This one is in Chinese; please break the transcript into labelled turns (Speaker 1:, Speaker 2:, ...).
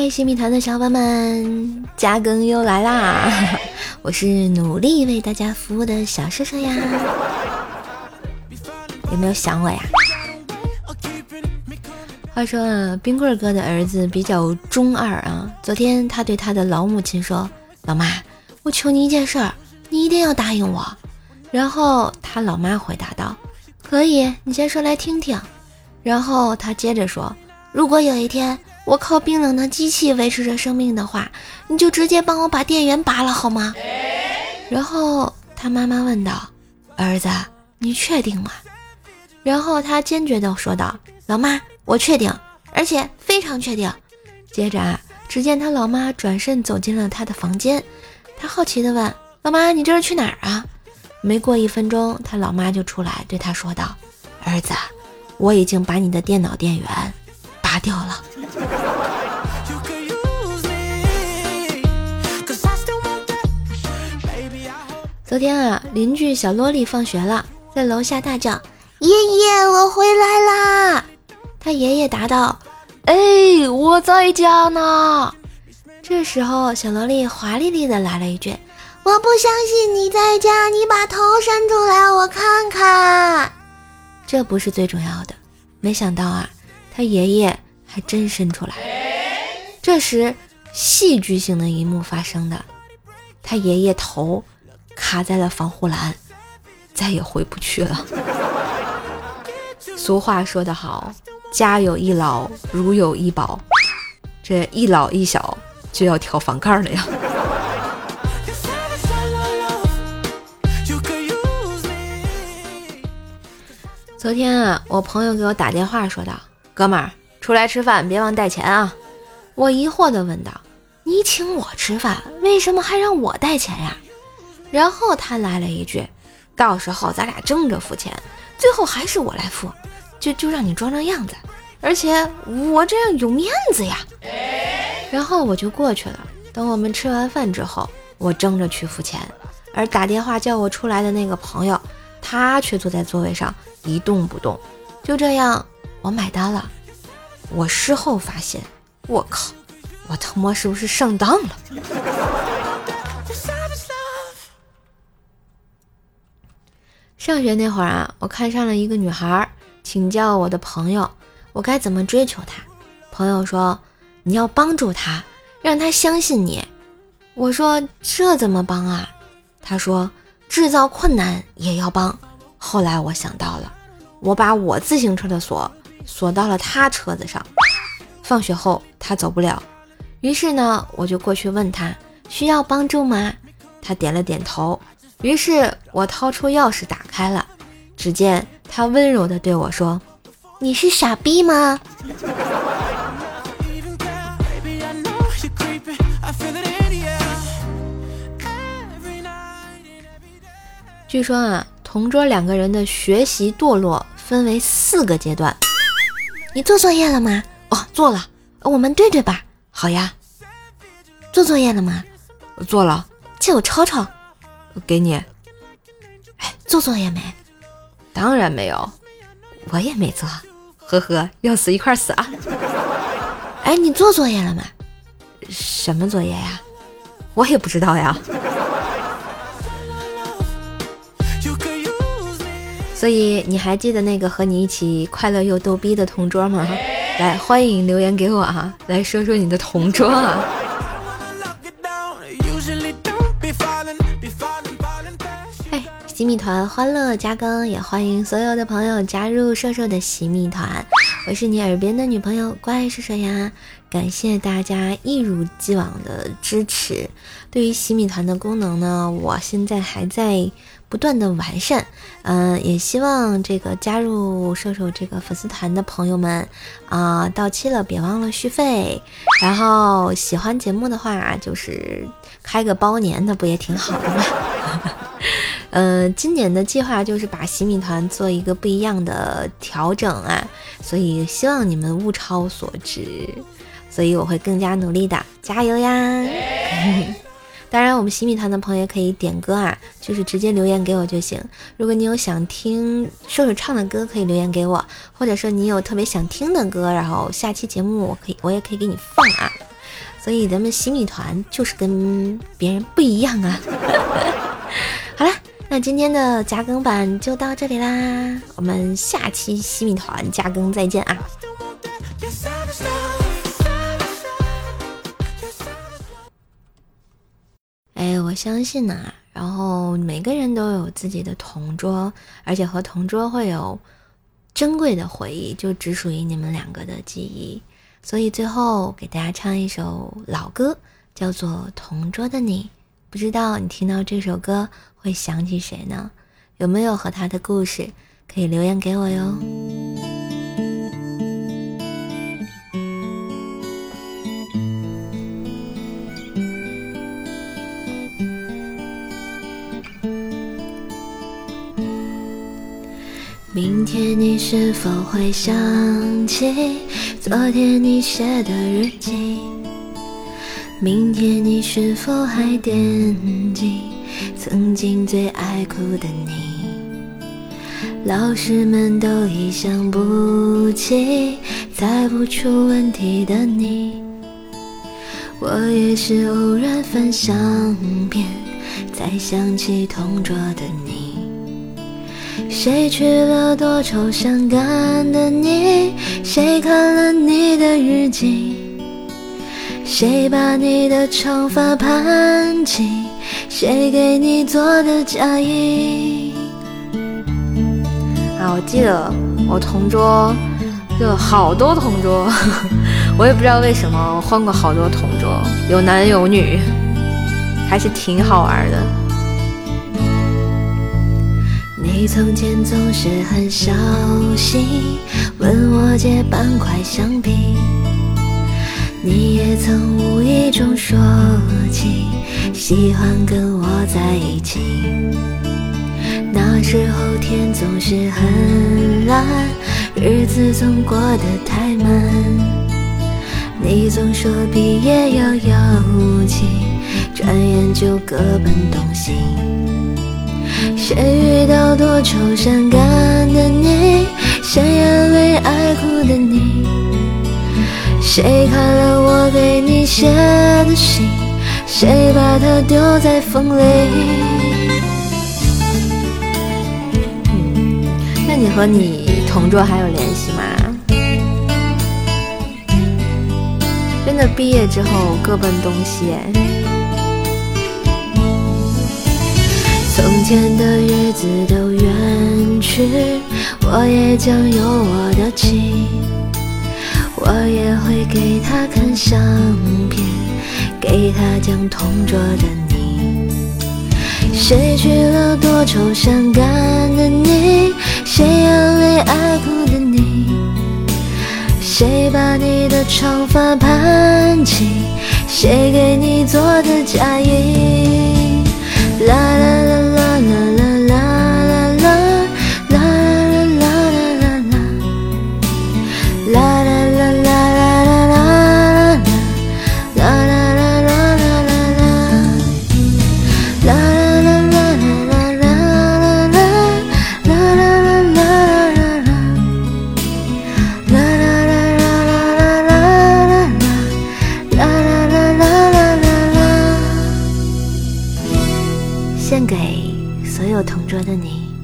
Speaker 1: 嗨，新米团的小伙伴们，加更又来啦！我是努力为大家服务的小射手呀，有没有想我呀？话说啊，冰棍哥的儿子比较中二啊。昨天他对他的老母亲说：“老妈，我求你一件事儿，你一定要答应我。”然后他老妈回答道：“可以，你先说来听听。”然后他接着说：“如果有一天我靠冰冷的机器维持着生命的话，你就直接帮我把电源拔了好吗？”然后他妈妈问道：“儿子，你确定吗？”然后他坚决地说道：“老妈，我确定，而且非常确定。”接着啊，只见他老妈转身走进了他的房间，他好奇地问：“老妈，你这是去哪儿啊？”没过1分钟，他老妈就出来对他说道：“儿子，我已经把你的电脑电源拔掉了。”昨天啊，邻居小萝莉放学了，在楼下大叫：“爷爷，我回来啦！”他爷爷答道：“哎，我在家呢。”这时候小萝莉华丽丽的来了一句：“我不相信你在家，你把头伸出来我看看。”这不是最重要的，没想到啊，他爷爷还真伸出来。这时戏剧性的一幕发生的，他爷爷头卡在了防护栏，再也回不去了。俗话说得好，家有一老如有一宝，这一老一小就要挑房盖了呀。昨天啊，我朋友给我打电话说道：“哥们儿，出来吃饭别忘带钱啊。”我疑惑地问道：“你请我吃饭，为什么还让我带钱呀？”然后他来了一句：“到时候咱俩争着付钱，最后还是我来付，就让你装装样子，而且我这样有面子呀。”然后我就过去了。等我们吃完饭之后，我争着去付钱，而打电话叫我出来的那个朋友，他却坐在座位上一动不动。就这样，我买单了。我事后发现，我靠，我他妈是不是上当了？上学那会儿啊，我看上了一个女孩，请教我的朋友，我该怎么追求她。朋友说：“你要帮助她，让她相信你。”我说：“这怎么帮啊？”他说：“制造困难也要帮。”后来我想到了，我把我自行车的锁到了他车子上。放学后他走不了，于是呢，我就过去问他需要帮助吗？他点了点头。于是我掏出钥匙打开了，只见他温柔地对我说：“你是傻逼吗？”据说啊，同桌2个人的学习堕落分为4个阶段。你做作业了吗？哦，做了。我们对对吧？好呀。做作业了吗？做了。借我抄抄。给你。哎，做作业没？当然没有。我也没做。呵呵，要死一块死啊。哎，你做作业了吗？什么作业呀？我也不知道呀。所以你还记得那个和你一起快乐又逗逼的同桌吗？来，欢迎留言给我啊，来说说你的同桌啊。哎，洗米团欢乐加更，也欢迎所有的朋友加入瘦瘦的洗米团。我是你耳边的女朋友乖射手呀，感谢大家一如既往的支持。对于洗米团的功能呢，我现在还在不断的完善，也希望这个加入瘦瘦这个粉丝团的朋友们到期了别忘了续费，然后喜欢节目的话就是开个包年的不也挺好的吗？今年的计划就是把洗米团做一个不一样的调整啊，所以希望你们物超所值，所以我会更加努力的，加油呀！当然我们洗米团的朋友可以点歌啊，就是直接留言给我就行。如果你有想听瘦瘦唱的歌可以留言给我，或者说你有特别想听的歌，然后下期节目我也可以给你放啊。 所以咱们洗米团就是跟别人不一样啊。好了，那今天的加更版就到这里啦，我们下期洗米团加更再见啊。我相信啊，然后每个人都有自己的同桌，而且和同桌会有珍贵的回忆，就只属于你们两个的记忆。所以最后给大家唱一首老歌，叫做《同桌的你》。不知道你听到这首歌会想起谁呢？有没有和他的故事？可以留言给我哟。明天你是否会想起昨天你写的日记？明天你是否还惦记曾经最爱哭的你？老师们都已想不起猜不出问题的你，我也是偶然翻相片才想起同桌的你。谁去了多愁善感的你？谁看了你的日记？谁把你的长发盘起？谁给你做的嫁衣？我记得我同桌就好多同桌，我也不知道为什么我换过好多同桌，有男有女，还是挺好玩的。你从前总是很小心问我借半块橡皮，你也曾无意中说起喜欢跟我在一起。那时候天总是很蓝，日子总过得太慢，你总说毕业遥遥无期，转眼就各奔东西。谁遇到多愁善感的你？谁安慰爱哭的你？谁看了我给你写的信？谁把它丢在风里？那你和你同桌还有联系吗？真的毕业之后各奔东西耶。从前的日子都远去，我也将有我的妻，我也会给他看相片，给他讲同桌的你。谁去了多愁善感的你？谁安慰爱哭的你？谁把你的长发盘起？谁给你做的嫁衣？啦啦啦啦啦啦啦啦啦啦啦啦啦啦啦啦献给所有同桌的你。